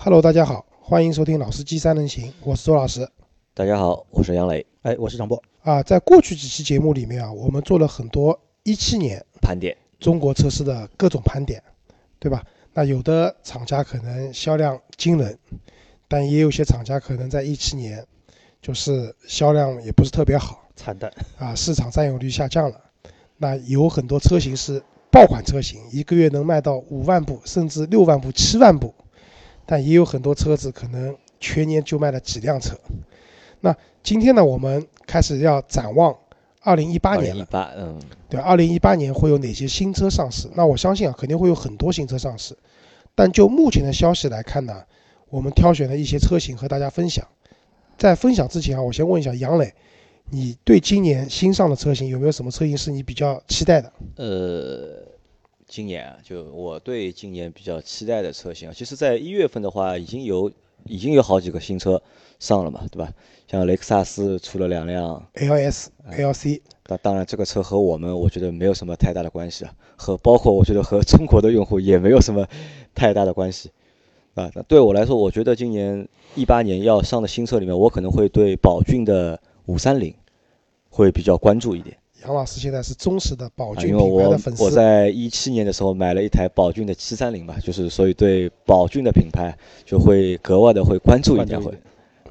Hello，大家好，欢迎收听老司机三人行，我是周老师。 大家好，我是杨磊。 我是张波。 在过去几期节目里面我们做了很多17年盘点中国车市的各种盘点，对吧？那有的厂家可能销量惊人，但也有些厂家可能在17年就是销量也不是特别好， 惨淡市场占有率下降了。那有很多车型是爆款车型，一个月能卖到5万部，甚至6万部、7万部，但也有很多车子可能全年就卖了几辆车。那今天呢，我们开始要展望2018年了。对，2018年会有哪些新车上市？那我相信肯定会有很多新车上市。但就目前的消息来看呢，我们挑选了一些车型和大家分享。在分享之前我先问一下杨磊，你对今年新上的车型有没有什么车型是你比较期待的？ 今年就我对今年比较期待的车型其实在1月份的话，已经有好几个新车上了嘛，对吧？像雷克萨斯出了2辆 LC， 当然这个车和我觉得没有什么太大的关系包括我觉得和中国的用户也没有什么太大的关系那对我来说，我觉得今年18年要上的新车里面，我可能会对宝骏的530会比较关注一点。 杨老师现在是忠实的宝骏因品牌的粉丝。 为我在17年的时候买了一台宝骏的730吧，就是所以对宝骏的品牌就会格外的会关注一点会。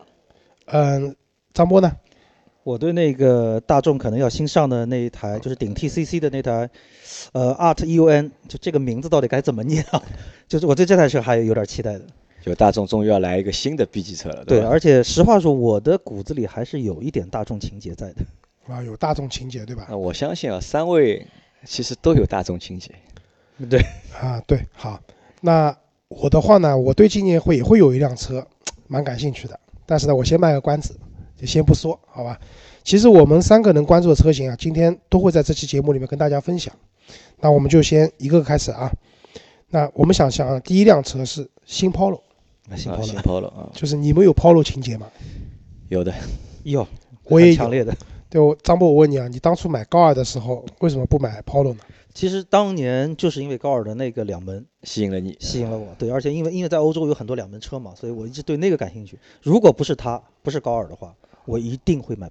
张波呢？ 我对那个大众可能要新上的那一台，就是顶 TCC 的那台，Art EUN， 就这个名字到底该怎么念啊？就是我对这台车还有点期待的。 就大众终于要来一个新的 B 级车了，对吧？ 对，而且实话说，我的骨子里还是有一点大众情节在的。 有大众情节，对吧？ 我相信3位其实都有大众情节。 对对，好。那我的话呢，我对今年也会有一辆车蛮感兴趣的，但是呢，我先卖个关子，就先不说，好吧？其实我们3个人关注的车型今天都会在这期节目里面跟大家分享。那我们就先一个开始那我们想第一辆车是新 Polo。 新 Polo 就是你们有 Polo 情节吗？ 有的， 有， 我也有强烈的。 对，张波，我问你你当初买高尔的时候为什么不买 Polo 呢？ 其实当年就是因为高尔的那个2门吸引了我。对，而且因为在欧洲有很多2门车嘛，所以我一直对那个感兴趣。如果不是高尔的话，我一定会买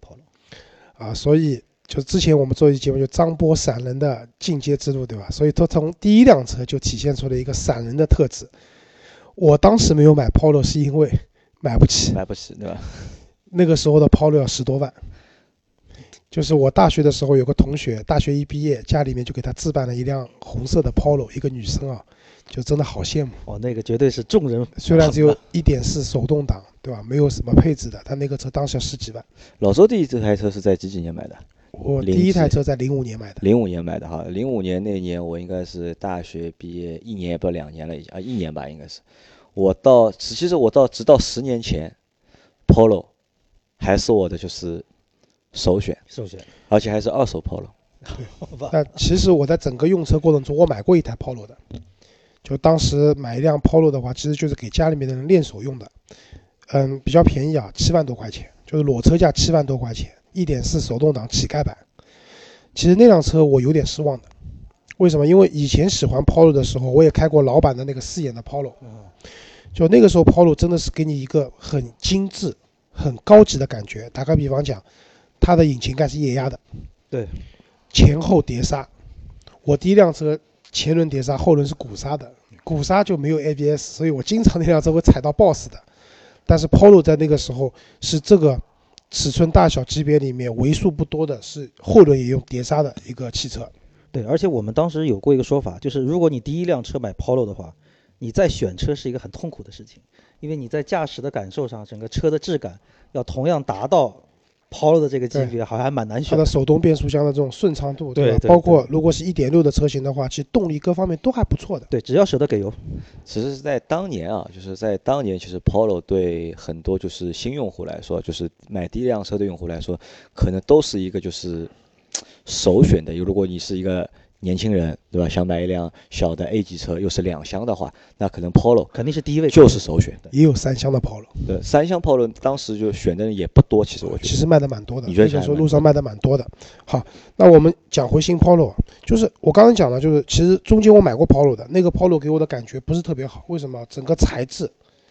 Polo。 所以就之前我们做一节目就张波散人的进阶之路，对吧？所以他从第一辆车就体现出了一个散人的特质。我当时没有买 Polo 是因为买不起， 对吧？ 那个时候的 Polo 要10多万。就是我大学的时候有个同学，大学一毕业，家里面就给他置办了一辆红色的 Polo， 一个女生就真的好羡慕。 那个绝对是众人。 虽然只有1.4手动挡，对吧？没有什么配置的，但那个车当时要10几万。 老周第一台车是在几年买的？ 我第一台车在05年买的。 05年买的05年那年我应该是大学毕业1年也不2年了，已经1年吧，应该是。其实我直到10年前 ，Polo 还是我的就是首选，而且还是2手 Polo。 那其实我在整个用车过程中，我买过一台 Polo 的。就当时买一辆 Polo 的话，其实就是给家里面的人练手用的。比较便宜7万多块钱，就是裸车价7万多块钱，1.4手动挡乞丐版。其实那辆车我有点失望的，为什么？因为以前喜欢 Polo 的时候，我也开过老版的那个4眼的 Polo。就那个时候 Polo 真的是给你一个很精致、很高级的感觉。打个比方讲，它的引擎盖是液压的， 对， 前后碟刹。我第一辆车前轮碟刹，后轮是鼓刹的，鼓刹就没有 ABS， 所以我经常那辆车会踩到 BOSS 的。但是 Polo 在那个时候是这个尺寸大小级别里面为数不多的是后轮也用碟刹的一个汽车。 对，而且我们当时有过一个说法，就是如果你第一辆车买 Polo 的话，你在选车是一个很痛苦的事情，因为你在驾驶的感受上，整个车的质感要同样达到 Polo 的这个级别，好像还蛮难选。 它的手动变速箱的这种顺畅度， 对吧？包括如果是1.6的车型的话，其实动力各方面都还不错的。 对，只要舍得给油。 其实是在当年就是在当年，其实 Polo 对很多就是新用户来说，就是买第一辆车的用户来说，可能都是一个就是首选的。如果你是一个年轻人，对吧？想买一辆小的 A 级车，又是2厢的话，那可能 Polo 肯定是第一位， 就是首选。 也有3厢的 Polo。 对，3厢 Polo 当时就选的人也不多，其实我觉得。 其实卖的蛮多的， 你觉得？ 那个时候路上卖的蛮多的。好，那我们讲回新 Polo，就是我刚刚讲的，就是其实中间我买过 Polo 的，那个 Polo 给我的感觉不是特别好。为什么？整个材质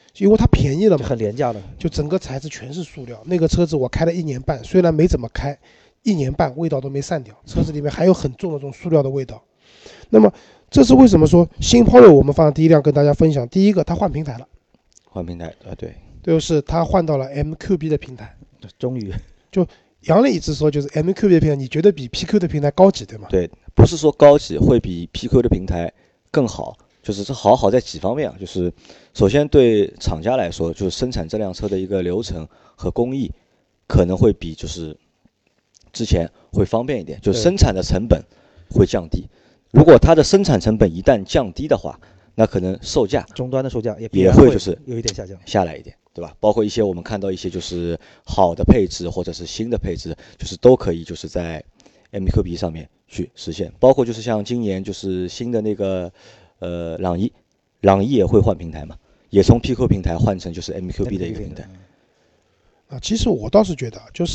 因为它便宜了嘛， 很廉价的。 就整个材质全是塑料。那个车子我开了1年半，虽然没怎么开，1年半味道都没散掉，车子里面还有很重的这种塑料的味道。那么这是为什么说新 Polo 我们放在第一辆跟大家分享？第一个，它换平台了， 换平台啊，对， 就是它换到了 MQB 的平台。 终于， 杨磊一直说就是 MQB 的平台，你觉得比 PQ 的平台高级，对吗？ 对，不是说高级会比 PQ 的平台更好，就是这好在几方面啊，就是首先对厂家来说，就是生产这辆车的一个流程和工艺可能会比就是之前会方便一点，就生产的成本会降低。如果它的生产成本一旦降低的话，那可能售价终端的售价也会就是有一点下降下来一点，对吧？包括一些我们看到一些就是好的配置或者是新的配置，就是都可以就是在 MQB 上面去实现。包括就是像今年就是新的那个朗逸也会换平台嘛，也从 PQ 平台换成就是 MQB 的一个平台。 其实我倒是觉得就是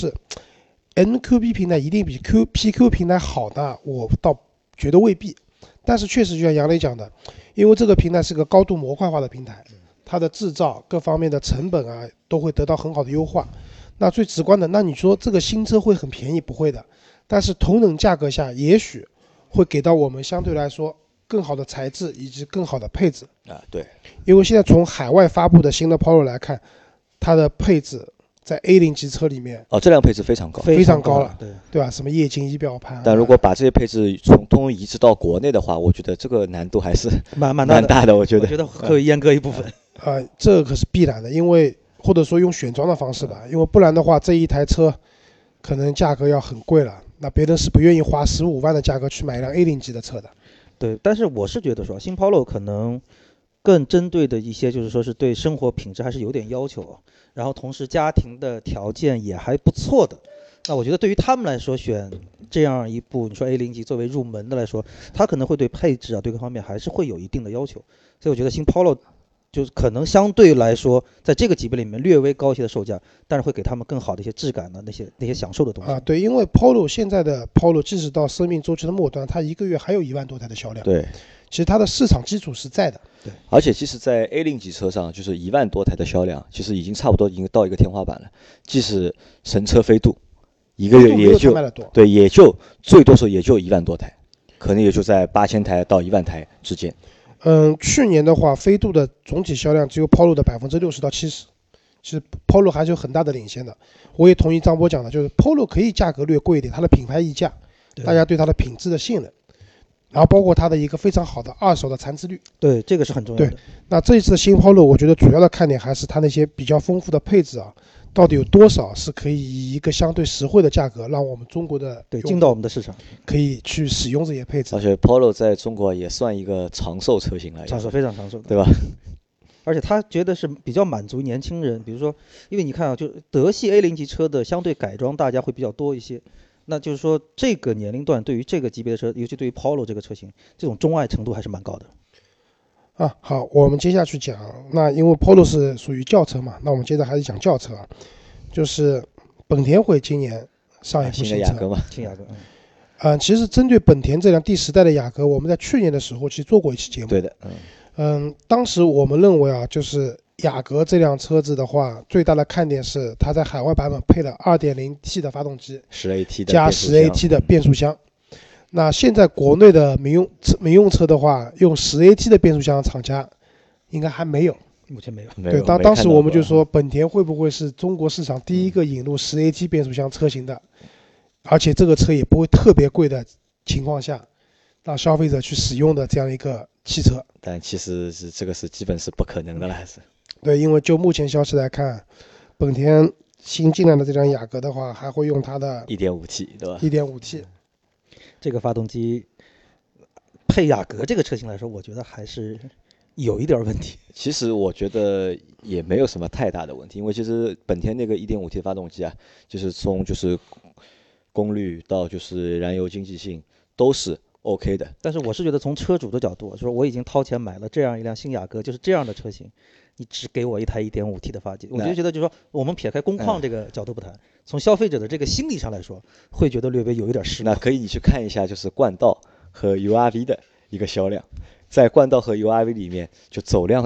MQB 平台一定比 PQ 平台好呢，我倒觉得未必。但是确实就像杨磊讲的，因为这个平台是个高度模块化的平台，它的制造各方面的成本啊都会得到很好的优化。那最直观的，那你说这个新车会很便宜？不会的，但是同等价格下，也许会给到我们相对来说更好的材质以及更好的配置啊。对， 因为现在从海外发布的新的 Polo 来看，它的配置在 A0 级车里面这辆配置非常高， 非常高了， 对吧？什么液晶仪表盘但如果把这些配置通移植到国内的话，我觉得这个难度还是蛮大的。我觉得可以阉割一部分。 这个可是必然的，因为或者说用选装的方式吧，因为不然的话，这一台车可能价格要很贵了，那别人是不愿意花15万的价格去买一辆 A0 级的车的。 对，但是我是觉得说新 Polo 可能更针对的一些就是说是对生活品质还是有点要求，然后同时家庭的条件也还不错的。那我觉得对于他们来说，选这样一部你说 A0 级作为入门的来说，它可能会对配置啊对各方面还是会有一定的要求。所以我觉得新 Polo 就是可能相对来说在这个级别里面略微高一些的售价，但是会给他们更好的一些质感的那些享受的东西对，因为 Polo 现在的 Polo 即使到生命周期的末端，它一个月还有1万多台的销量。 对， 其实它的市场基础是在的。 对， 而且其实在 A0 级车上，就是1万多台的销量，其实已经差不多已经到一个天花板了。即使神车飞度，一个月也就对，也就最多时候也就1万多台，可能也就在8000台到1万台之间。 去年的话，飞度的总体销量只有 Polo 的60%到70%，其实 Polo 还是有很大的领先的。我也同意张波讲的，就是 Polo 可以价格略贵一点，它的品牌溢价，大家对它的品质的信任，然后包括它的一个非常好的二手的残值率。 对，这个是很重要的。 对，那这一次的新 Polo， 我觉得主要的看点还是它那些比较丰富的配置啊，到底有多少是可以以一个相对实惠的价格，让我们中国的进到我们的市场， 可以去使用这些配置。 而且 Polo 在中国也算一个长寿车型了， 非常长寿的， 对吧？ 而且他觉得是比较满足年轻人，比如说，因为你看啊，就德系 A0 级车的相对改装大家会比较多一些，那就是说这个年龄段对于这个级别的车，尤其对于 Polo 这个车型，这种钟爱程度还是蛮高的。 好，我们接下去讲，那因为 Polo 是属于轿车嘛，那我们接着还是讲轿车啊，就是本田会今年上一部新车， 新的雅阁嘛， 新雅阁。 其实针对本田这辆第10代的雅阁，我们在去年的时候其实做过一期节目。 对的， 当时我们认为啊，就是雅阁这辆车子的话，最大的看点是它在海外版本配了 2.0T 的发动机 10AT 加 10AT 的变速箱。那现在国内的民用车的话，用10AT 的变速箱的厂家应该还没有， 目前没有。 对，当时我们就说本田会不会是中国市场第一个引入10AT 变速箱车型的，而且这个车也不会特别贵的情况下，让消费者去使用的这样一个汽车。 但其实是这个是基本是不可能的了，还是对，因为就目前消息来看，本田新进来的这辆雅阁的话，还会用它的 1.5T， 对吧 ？1.5T。 这个发动机配雅阁这个车型来说，我觉得还是有一点问题。 其实我觉得也没有什么太大的问题，因为其实本田那个 1.5T 的发动机啊，就是从就是功率到就是燃油经济性都是 OK 的。 但是我是觉得从车主的角度，就是我已经掏钱买了这样一辆新雅阁，就是这样的车型，你只给我一台 1.5T 的发动机，我就觉得就是说，我们撇开工况这个角度不谈，从消费者的这个心理上来说，会觉得略微有一点失望。 那可以你去看一下，就是冠道和 URV 的一个销量，在冠道和 URV 里面，就走量的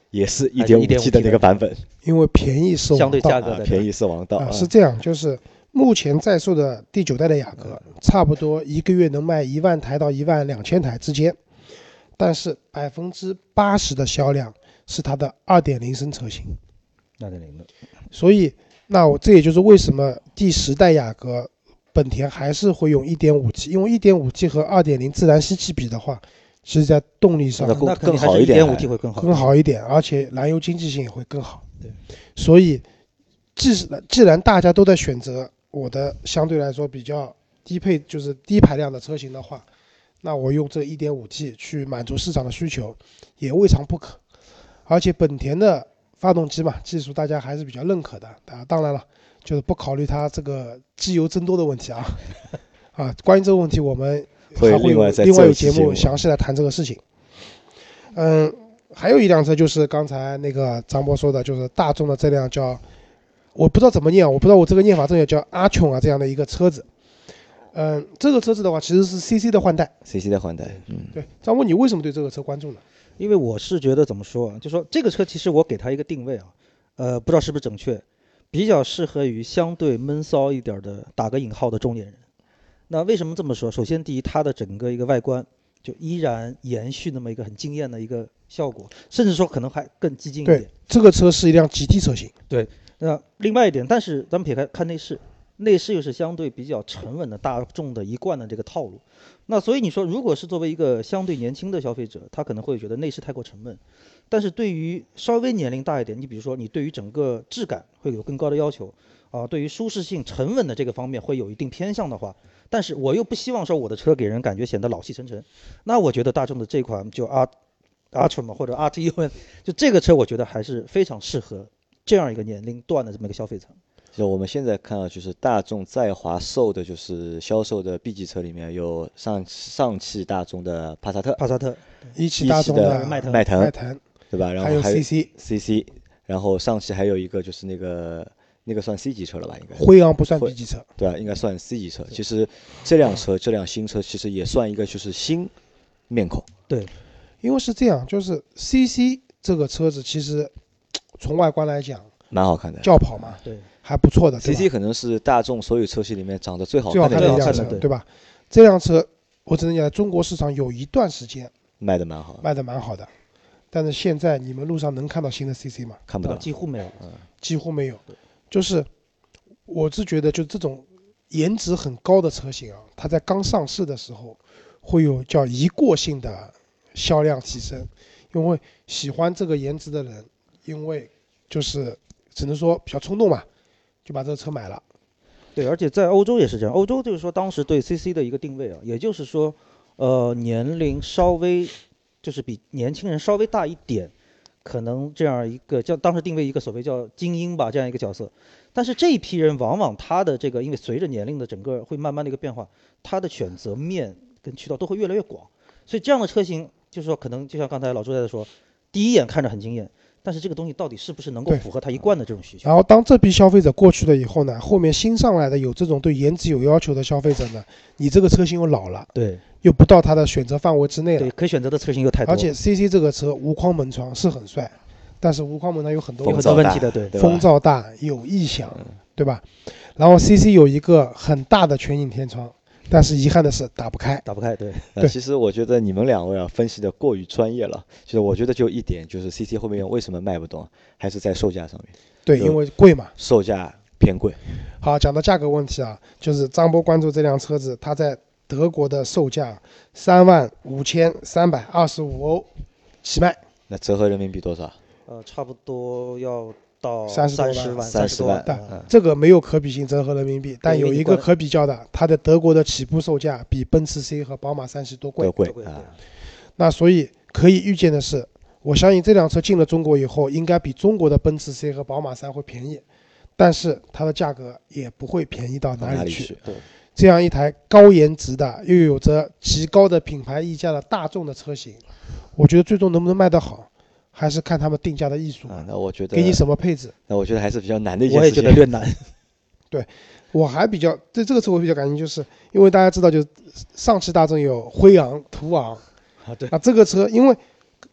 也是还是 1.5T 的那个版本， 因为便宜是相对王道啊， 价格的便宜是王道啊。 是这样，就是目前在售的第9代的雅阁，差不多一个月能卖1万台到12000台之间，但是80%的销量是它的2.0升车型。 2.0的， 所以，这也就是为什么第10代雅阁本田还是会用 1.5T， 因为 1.5T 和2.0自然吸气比的话，其实在动力上那肯定还是更好一点 1.5T 会更好， 更好一点，而且燃油经济性也会更好。 对， 所以既然大家都在选择我的相对来说比较低配，就是低排量的车型的话，那我用这 1.5T 去满足市场的需求也未尝不可。而且本田的发动机嘛，技术大家还是比较认可的啊。当然了，就是不考虑它这个机油增多的问题啊。关于这个问题，我们还会有另外有节目详细来谈这个事情。还有一辆车就是刚才那个张波说的，就是大众的这辆叫，我不知道怎么念，我不知道我这个念法正确，叫阿琼啊这样的一个车子。这个车子的话其实是 CC 的换代。 CC 的换代， 对，张波，你为什么对这个车关注呢？ 因为我是觉得怎么说啊，就说这个车其实我给它一个定位啊，不知道是不是准确，比较适合于相对闷骚一点的打个引号的中年人。那为什么这么说？首先第一，它的整个一个外观就依然延续那么一个很惊艳的一个效果，甚至说可能还更激进一点。 对，这个车是一辆 GT 车型。 对，那另外一点，但是咱们撇开看内饰，内饰又是相对比较沉稳的大众的一贯的这个套路。那所以你说，如果是作为一个相对年轻的消费者，他可能会觉得内饰太过沉闷，但是对于稍微年龄大一点，你比如说你对于整个质感会有更高的要求啊，对于舒适性、沉稳的这个方面会有一定偏向的话，但是我又不希望说我的车给人感觉显得老气沉沉，那我觉得大众的这款就Arteon 或者 RTU， 就这个车我觉得还是非常适合这样一个年龄段的这么一个消费层。 就我们现在看到，就是大众在华售的，就是销售的 B 级车里面有上汽大众的帕萨特， 一汽大众的迈腾， 对吧？然后还有 CC， 然后上汽还有一个就是那个算 C 级车了吧？应该辉昂不算 B 级车， 对吧？应该算 C 级车。其实这辆新车其实也算一个就是新面孔。 对， 因为是这样，就是 CC 这个车子其实从外观来讲蛮好看的， 轿跑嘛， 对， 还不错的。 CC 可能是大众所有车系里面长得最好看的一辆车，对吧？这辆车我只能讲，中国市场有一段时间卖的蛮好的，但是现在你们路上能看到新的 CC 吗？ 看不到， 几乎没有， 几乎没有。就是我是觉得，就这种颜值很高的车型啊，它在刚上市的时候会有叫一过性的销量提升，因为喜欢这个颜值的人，因为就是只能说比较冲动嘛，就把这个车买了。 对，而且在欧洲也是这样，欧洲就是说当时对 CC 的一个定位啊，也就是说，年龄稍微就是比年轻人稍微大一点，可能这样一个叫当时定位一个所谓叫精英吧这样一个角色。但是这一批人往往他的这个，因为随着年龄的整个会慢慢的一个变化，他的选择面跟渠道都会越来越广，所以这样的车型就是说可能就像刚才老朱在说，第一眼看着很惊艳，但是这个东西到底是不是能够符合他一贯的这种需求？ 然后当这批消费者过去了以后呢，后面新上来的有这种对颜值有要求的消费者呢，你这个车型又老了， 对， 又不到他的选择范围之内了， 对，可以选择的车型又太多， 而且 CC 这个车无框门窗是很帅，但是无框门窗有很多问题的，对， 风噪大，有异响，对吧？然后 CC 有一个很大的全景天窗，但是遗憾的是打不开， 对。 其实我觉得你们两位分析的过于专业了。其实我觉得就一点，就是 CC 后面为什么卖不动，还是在售价上面。 对，因为贵嘛， 售价偏贵。 好，讲到价格问题啊，就是张波关注这辆车子，它在德国的售价35325欧起卖。 那折合人民币多少？ 差不多要到 30 万。 这个没有可比性折合人民币，但有一个可比较的，它的德国的起步售价比奔驰 C 和宝马30多贵。那所以可以预见的是，我相信这辆车进了中国以后，应该比中国的奔驰 C 和宝马3会便宜，但是它的价格也不会便宜到哪里去。这样一台高颜值的又有着极高的品牌溢价的大众的车型，我觉得最终能不能卖得好，还是看他们定价的艺术。 那我觉得给你什么配置， 那我觉得还是比较难的一件事情。 我也觉得略难。 对，我还比较对这个车我比较感兴趣，就是因为大家知道，就上汽大众有辉昂、途昂啊，对啊，这个车因为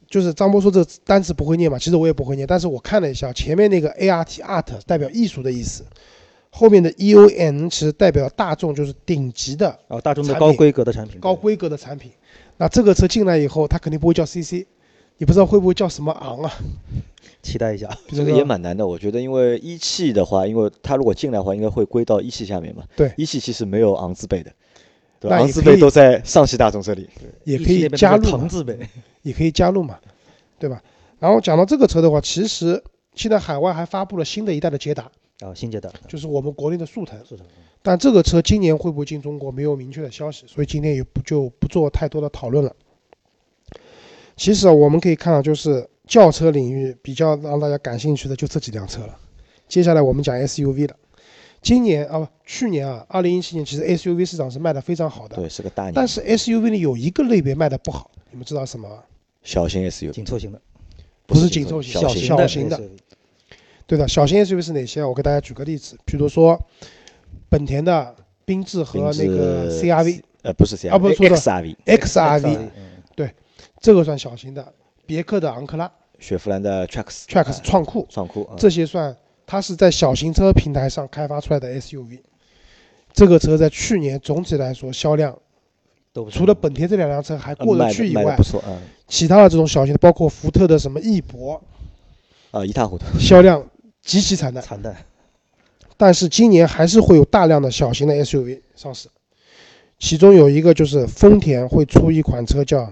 就是张波说这个单词不会念嘛，其实我也不会念，但是我看了一下前面那个 art 代表艺术的意思，后面的 EON 其实代表大众，就是顶级的大众的高规格的产品， 高规格的产品。那这个车进来以后，它肯定不会叫 CC， 你不知道会不会叫什么昂啊？ 期待一下。 这个也蛮难的，我觉得，因为一汽的话，因为它如果进来的话，应该会归到一汽下面嘛。 对， 一汽其实没有昂字辈的，对吧？ 那昂字辈都在上汽大众这里， 也可以加入唐字辈， 也可以加入嘛，对吧？然后讲到这个车的话，其实现在海外还发布了新的一代的捷达新捷达就是我们国内的速腾。但这个车今年会不会进中国没有明确的消息，所以今天也就不做太多的讨论了。其实我们可以看到，就是轿车领域比较让大家感兴趣的就这几辆车了。接下来我们讲 SUV 了。去年2017年其实 SUV 市场是卖的非常好的， 对，是个大年。 但是 SUV 里有一个类别卖的不好，你们知道什么吗？ 小型 SUV， 紧凑型的， 不是紧凑型，小型的。对的，小型 SUV 是哪些？我给大家举个例子，比如说本田的缤智和那个 CRV， 不是 CRV， 不是说的 XRV， 对，这个算小型的。别克的昂克拉， 雪佛兰的 Trax 创酷，这些算它是在小型车平台上开发出来的 SUV。这个车在去年总体来说销量，除了本田这两辆车还过得去以外，其他的这种小型的，包括福特的什么翼博， 一塌糊涂， 销量极其惨淡。但是今年还是会有大量的小型的 SUV 上市，其中有一个就是丰田会出一款车叫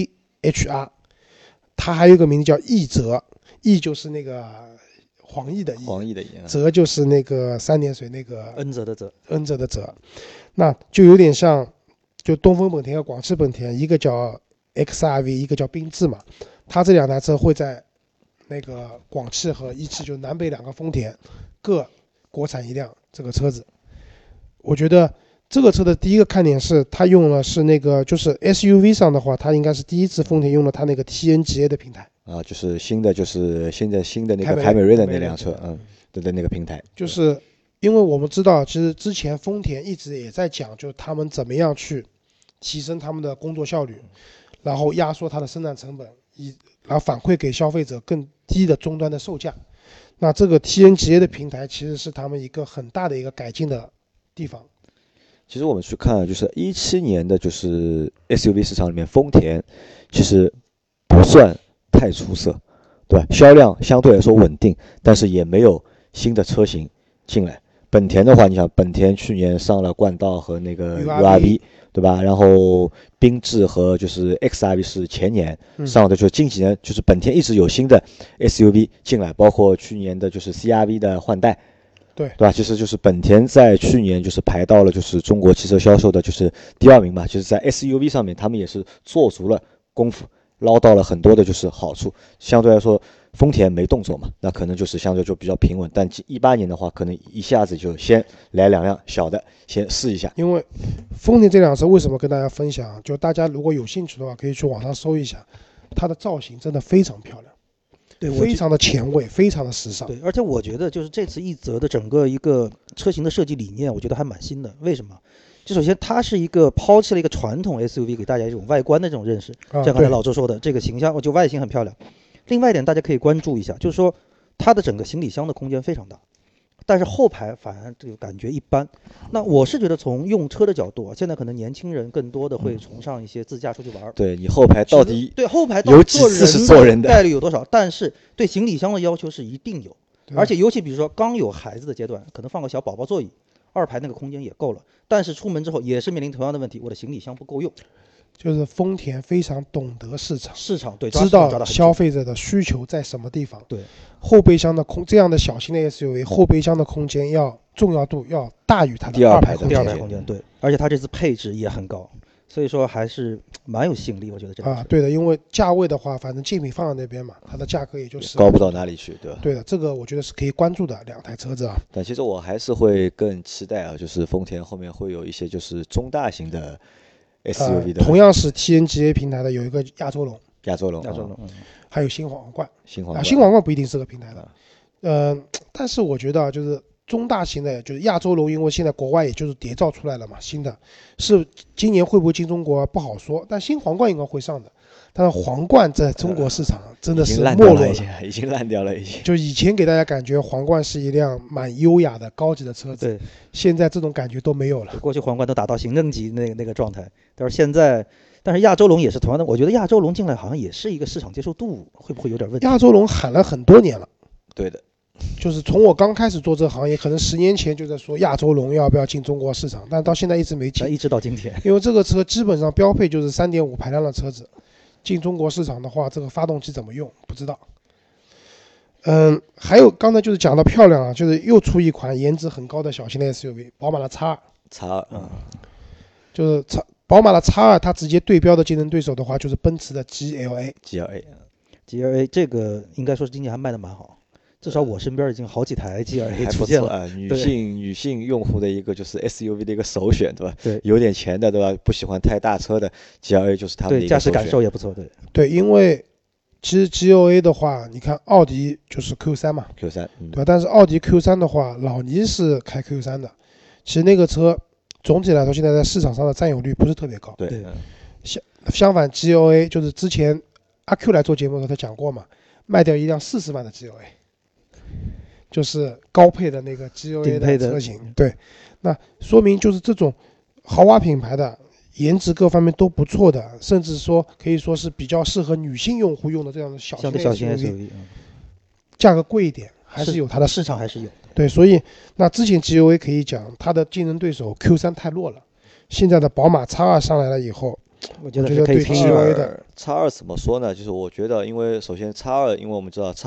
CHR， 它还有一个名字叫奕泽，奕就是那个黄奕的奕，泽就是那个三点水那个恩泽的泽，那就有点像就东风本田和广汽本田，一个叫 XRV， 一个叫缤智嘛，它这两台车会在那个广汽和一汽，就南北两个丰田各国产一辆这个车子。我觉得这个车的第一个看点是它用了是那个，就是 SUV 上的话，它应该是第一次丰田用了它那个 TNGA 的平台就是新的那个凯美瑞的那辆车，的那个平台。 就是因为我们知道，其实之前丰田一直也在讲，就他们怎么样去提升他们的工作效率，然后压缩它的生产成本，然后反馈给消费者更低的终端的售价。那这个 TNGA 的平台其实是他们一个很大的一个改进的地方。 其实我们去看，就是17年的，就是 SUV 市场里面，丰田其实不算太出色，对吧？销量相对来说稳定，但是也没有新的车型进来。本田的话，你想，本田去年上了冠道和那个 URV， 对吧？然后缤智和就是 XRV 是前年上的，就近几年就是本田一直有新的 SUV 进来，包括去年的就是 CRV 的换代。 对吧？其实就是本田在去年就是排到了就是中国汽车销售的就是第2名嘛，就是在 SUV 上面他们也是做足了功夫，捞到了很多的就是好处。相对来说，丰田没动作嘛，那可能就是相对就比较平稳。但18年的话，可能一下子就先来2辆小的先试一下。 因为丰田这辆车为什么跟大家分享？就大家如果有兴趣的话，可以去网上搜一下，它的造型真的非常漂亮。对，非常的前卫，非常的时尚。 对，而且我觉得就是这次奕泽的整个一个车型的设计理念，我觉得还蛮新的。为什么？就首先它是一个抛弃了一个传统 SUV 给大家一种外观的这种认识，像刚才老周说的，这个形象就外形很漂亮。另外一点大家可以关注一下，就是说它的整个行李箱的空间非常大，但是后排反而这个感觉一般。那我是觉得从用车的角度现在可能年轻人更多的会崇尚一些自驾出去玩。 对，你后排到底对后排有几次是坐人的概率有多少？但是对行李箱的要求是一定有，而且尤其比如说刚有孩子的阶段，可能放个小宝宝座椅，2排那个空间也够了。但是出门之后也是面临同样的问题，我的行李箱不够用。 就是丰田非常懂得市场， 对， 知道消费者的需求在什么地方。 对， 后备箱的这样的小型的 SUV， 后备箱的空间重要度要大于它的2排空间。对，而且它这次配置也很高，所以说还是蛮有吸引力，我觉得这个对的，因为价位的话，反正竞品放在那边嘛，它的价格也就是高不到哪里去，对吧？ 对的，这个我觉得是可以关注的2台车子啊。 但其实我还是会更期待就是丰田后面会有一些就是中大型的SUV 的， 同样是 TNGA 平台的有一个亚洲龙，还有新皇冠，新皇冠不一定是个平台的，但是我觉得就是中大型的，就是亚洲龙，因为现在国外也就是谍照出来了嘛，新的是今年会不会进中国不好说，但新皇冠应该会上的。 但是皇冠在中国市场真的是已经烂没落了。 掉了，已经烂掉了，已经。 就以前给大家感觉皇冠是一辆蛮优雅的高级的车子， 对， 现在这种感觉都没有了。 过去皇冠都达到行政级那个状态，但是现在，但是亚洲龙也是同样的，我觉得亚洲龙进来好像也是一个市场接受度会不会有点问题？ 亚洲龙喊了很多年了， 对的， 就是从我刚开始做这个行业，可能10年前就在说亚洲龙要不要进中国市场，但到现在一直没进， 一直到今天， 因为这个车基本上标配就是 3.5 排量的车子，进中国市场的话，这个发动机怎么用不知道。还有刚才就是讲到漂亮啊，就是又出一款颜值很高的小型的 SUV， 宝马的 X2，就是宝马的 X2，它直接对标的竞争对手的话就是奔驰的 GLA 这个应该说是今年还卖的蛮好，至少我身边已经好几台 GLA 出现了。 女性用户的一个就是 SUV 的一个首选，对吧？ 对， 有点钱的，对吧？不喜欢太大车的 GLA 就是他们的一个对，驾驶感受也不错，对。 对，因为其实 GLA 的话，你看奥迪就是 Q3 嘛 ，Q3， 对吧？但是奥迪 Q3 的话，老倪是开 Q3 的，其实那个车总体来说现在在市场上的占有率不是特别高。 对， 相反 GLA 就是之前阿 Q 来做节目的时候他讲过嘛，卖掉一辆40万的 GLA， 就是高配的那个 GLA 的车型。对，那说明就是这种豪华品牌的颜值各方面都不错的，甚至说可以说是比较适合女性用户用的这样的小型 SUV， 价格贵一点还是有它的市场还是有。 对，所以那之前 GLA 可以讲它的竞争对手 Q3 太弱了，现在的宝马 X2 上来了以后， 我觉得对 GLA 的 X2怎么说呢？就是我觉得，因为首先 X2，因为我们知道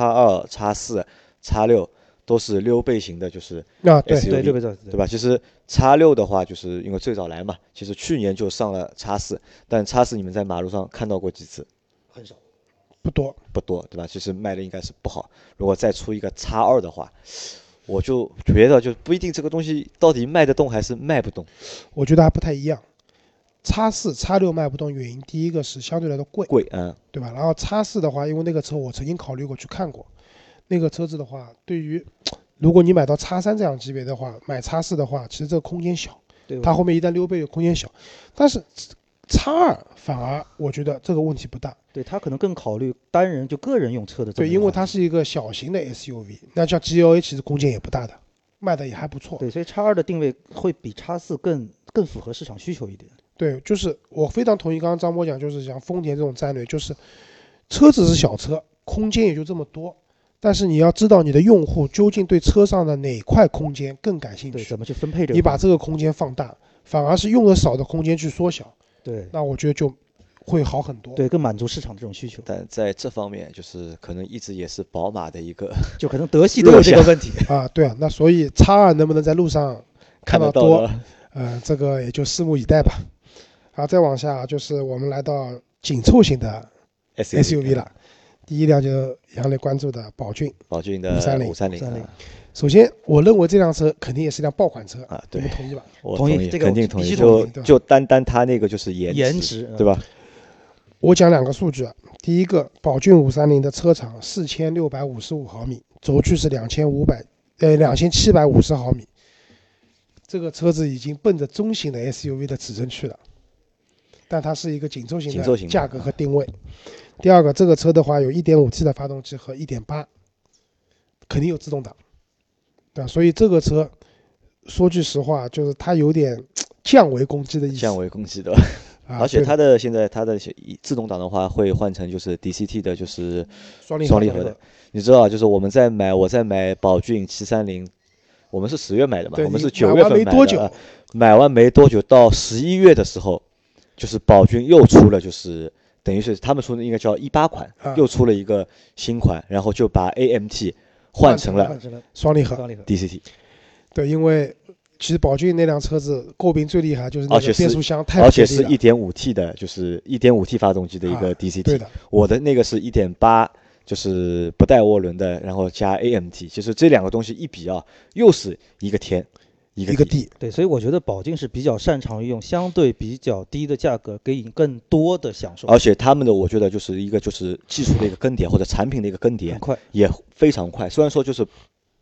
X2、X4、X6都是溜背型的，就是SUV，对吧？其实 X6的话，就是因为最早来嘛，其实去年就上了 X4，但 X4你们在马路上看到过几次？ 很少， 不多，对吧？其实卖的应该是不好。如果再出一个 X2的话，我就觉得就不一定这个东西到底卖得动还是卖不动。 我觉得还不太一样。X4、X6卖不动原因，第一个是相对来说贵，对吧？然后 X4的话，因为那个车我曾经考虑过去看过，那个车子的话，对于如果你买到 X3 这样级别的话，买 X4的话，其实这个空间小，它后面一旦溜背，空间小。但是 X2反而我觉得这个问题不大， 对，它可能更考虑单人就个人用车的。 对，因为它是一个小型的 SUV， 那像 GLA 其实空间也不大的，卖的也还不错。 对，所以 X2的定位会比 X4更符合市场需求一点。 对，就是我非常同意刚刚张波讲，就是像丰田这种战略，就是车子是小车，空间也就这么多，但是你要知道你的用户究竟对车上的哪块空间更感兴趣， 对，怎么去分配这个， 你把这个空间放大，反而是用的少的空间去缩小， 对， 那我觉得就会好很多， 对，更满足市场这种需求。 但在这方面，就是可能一直也是宝马的一个， 就可能德系都有这个问题啊，对啊，那所以 X2能不能在路上看到多，这个也就拭目以待吧。好，再往下就是我们来到紧凑型的 SUV 了。第一辆就是杨磊关注的宝骏的 530。首先，我认为这辆车肯定也是辆爆款车啊，对， 你们同意吧？ 我同意， 这个肯定同意。 就单它那个就是颜值，对吧？ 我讲两个数据啊。第一个，宝骏530的车长4655毫米，轴距是2750毫米。这个车子已经奔着中型的 SUV 的指针去了，但它是一个紧凑型的价格和定位。第二个，这个车的话有 1.5T 的发动机和 1.8， 肯定有自动挡，对吧？所以这个车说句实话，就是它有点降维攻击的意思。 降维攻击的，而且现在它的自动挡的话会换成就是 DCT 的，就是双离合的。你知道，就是我在买宝骏730。我们是10月买的嘛，我们是9月份买的，买完没多久，到11月的时候，就是宝骏又出了，就是等于是他们出的应该叫18款，又出了一个新款，然后就把 AMT 换成了双离合 DCT。 对，因为其实宝骏那辆车子诟病最厉害就是那个变速箱太， 而且是 1.5T 的，就是 1.5T 发动机的一个 DCT。 对的， 我的那个是1.8。就是不带涡轮的，然后加 AMT， 其实这两个东西一比啊，又是一个天一个地。 对，所以我觉得宝骏是比较擅长于用相对比较低的价格给予更多的享受。 而且他们的我觉得就是一个就是技术的一个更迭或者产品的一个更迭， 很快， 也非常快。虽然说就是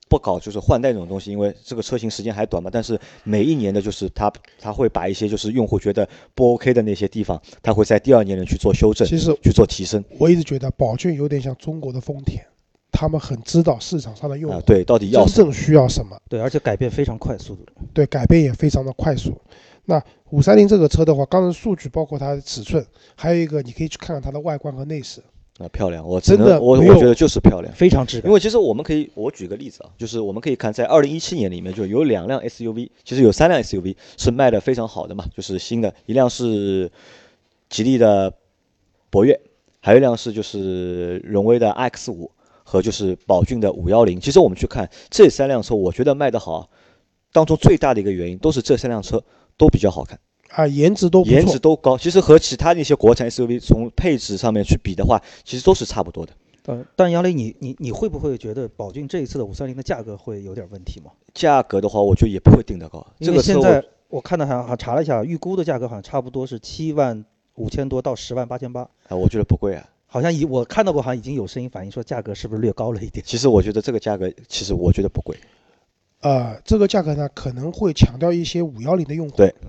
不搞就是换代这种东西，因为这个车型时间还短嘛。但是每一年的就是它会把一些就是用户觉得不 OK 的那些地方，它会在第2年去做修正， 其实去做提升。 我一直觉得宝骏有点像中国的丰田，他们很知道市场上的用户对到底要真正需要什么。 对，而且改变非常快，速度。 对，改变也非常的快速。那530这个车的话，刚才数据包括它的尺寸，还有一个你可以去看看它的外观和内饰。 漂亮，我真的我觉得就是漂亮， 非常质感。 因为其实我举个例子啊，就是我们可以看在2017年里面就有2辆 SUV， 其实有3辆 SUV 是卖的非常好的嘛，就是新的，一辆是吉利的博越，还有一辆是就是荣威的 RX5 和就是宝骏的510。其实我们去看这3辆车，我觉得卖得好当中最大的一个原因都是这3辆车都比较好看。 颜值都不错， 颜值都高，其实和其他那些国产 SUV 从配置上面去比的话，其实都是差不多的。 但杨磊，你会不会觉得宝骏这一次的530的价格会有点问题吗？ 价格的话，我觉得也不会定得高。 因为现在我看到好像查了一下，预估的价格好像差不多是75000多到108800。 我觉得不贵啊。 好像我看到过，好像已经有声音反映说价格是不是略高了一点。 其实我觉得这个价格，其实我觉得不贵。 这个价格呢可能会强调一些510的用户。 对，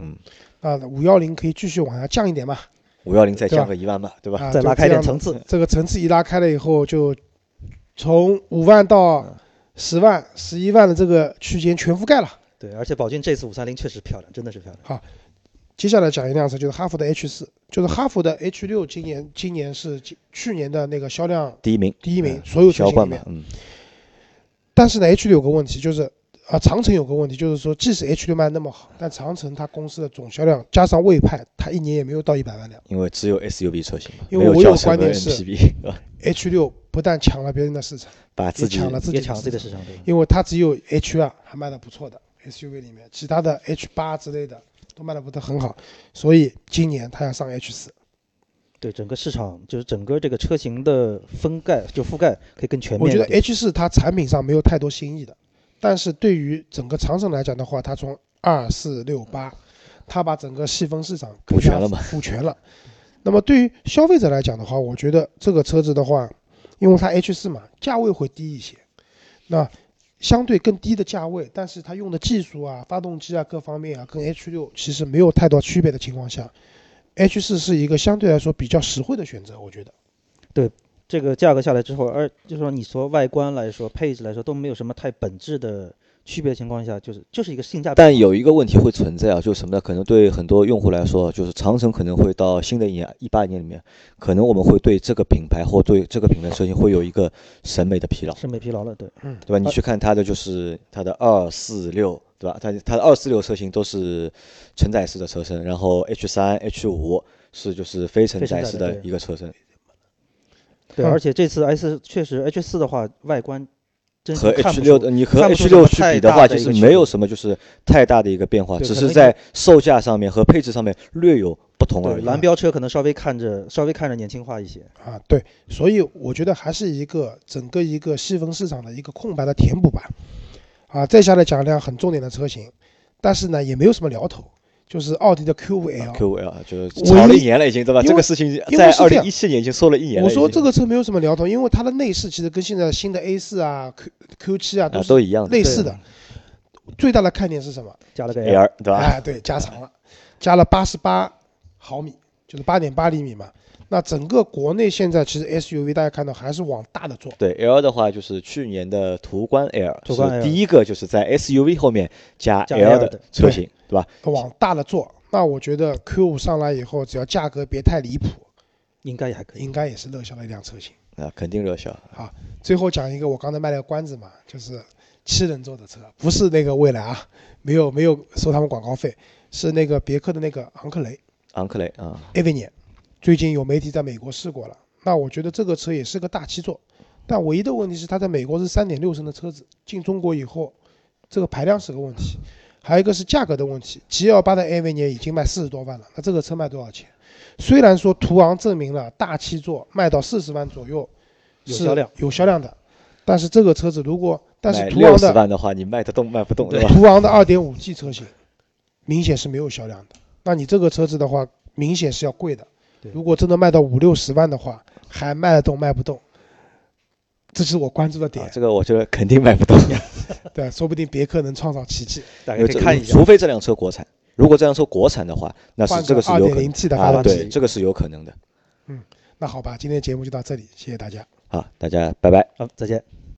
510可以继续往下降一点嘛 ，510再降个1万吧，对吧？ 再拉开点层次。 这个层次一拉开了以后，就从5万到10万、11万的这个区间全覆盖了。 对，而且宝骏这次530确实漂亮，真的是漂亮。 好，接下来讲一辆车，就是哈弗的 H4，就是哈弗的 H6，今年是去年的那个销量第一名， 所有车型里面。但是呢 ，H6 有个问题就是。长城有个问题，就是说，即使 H6 卖那么好，但长城它公司的总销量加上魏派，它一年也没有到100万辆。 因为只有 SUV 车型嘛。 因为我有个观点是 ，H6 不但抢了别人的市场，也抢了自己的市场。 因为它只有 H2 还卖的不错的 SUV 里面，其他的 H8 之类的都卖的不是很好，所以今年它要上 H4。 对整个市场，就是整个这个车型的覆盖可以更全面。 我觉得 H4 它产品上没有太多新意的。但是对于整个长城来讲的话，它从2、4、6、8，它把整个细分市场补全了嘛？ 补全了。那么对于消费者来讲的话，我觉得这个车子的话，因为它 H4 嘛，价位会低一些，那相对更低的价位，但是它用的技术啊、发动机啊各方面啊，跟 H6 其实没有太多区别的情况下，H4 是一个相对来说比较实惠的选择，我觉得。 对。这个价格下来之后，就是说你说外观来说、配置来说都没有什么太本质的区别的情况下，就是一个性价比。 但有一个问题会存在啊，就是什么呢？可能对很多用户来说，就是长城可能会到新的一年18年里面，可能我们会对这个品牌或对这个品牌车型会有一个审美的疲劳。 审美疲劳了，对， 对吧？你去看它的就是它的246，对吧？它的246车型都是承载式的车身，然后 H3、H5是就是非承载式的一个车身。 对，而且这次 确实 H4 的话，外观和 H6 的，你和 H6 去比的话，其实没有什么就是太大的一个变化，只是在售价上面和配置上面略有不同而已。 蓝标车可能稍微看着年轻化一些啊，对，所以我觉得还是整个一个细分市场的一个空白的填补吧。再下来讲一辆很重点的车型，但是呢也没有什么聊头。就是奥迪的 Q5L，Q5L 就是吵了1年了已经，对吧？这个事情在2017年已经说了1年了。 我说这个车没有什么聊头，因为它的内饰其实跟现在的新的 A4 啊、Q7 啊都一样的， 类似的。最大的看点是什么？ 加了个 L， 对吧？ 对，加长了，加了88毫米，就是 8.8厘米嘛。那整个国内现在其实 SUV 大家看到还是往大的做。 对 L 的话，就是去年的途观 L 是第一个就是在 SUV 后面加 L 的车型，对吧？ 往大了做。那我觉得 Q5 上来以后，只要价格别太离谱， 应该也还可以， 应该也是热销的一辆车型。 肯定热销。 好，最后讲一个我刚才卖了个关子嘛，就是7人座的车，不是那个蔚来啊，没有收他们广告费，是那个别克的那个昂克雷啊 Avian。最近有媒体在美国试过了，那我觉得这个车也是个大7座，但唯一的问题是它在美国是3.6升的车子，进中国以后，这个排量是个问题，还有一个是价格的问题。G28的 Avian 已经卖40多万了，那这个车卖多少钱？虽然说途昂证明了大7座卖到40万左右是有销量的，但是这个车子但是途昂的 60万的话，你卖得动卖不动，对吧？ 途昂的 2.5G 车型明显是没有销量的，那你这个车子的话，明显是要贵的。如果真的卖到50、60万的话，还卖得动卖不动， 这是我关注的点。 这个我觉得肯定买不到， 对，说不定别克能创造奇迹。 大家可以看一下。 除非这辆车国产，如果这辆车国产的话，那是这个是有可能 2.0T 的发动机， 对，这个是有可能的。 那好吧，今天节目就到这里，谢谢大家。 好，大家拜拜。 好，再见。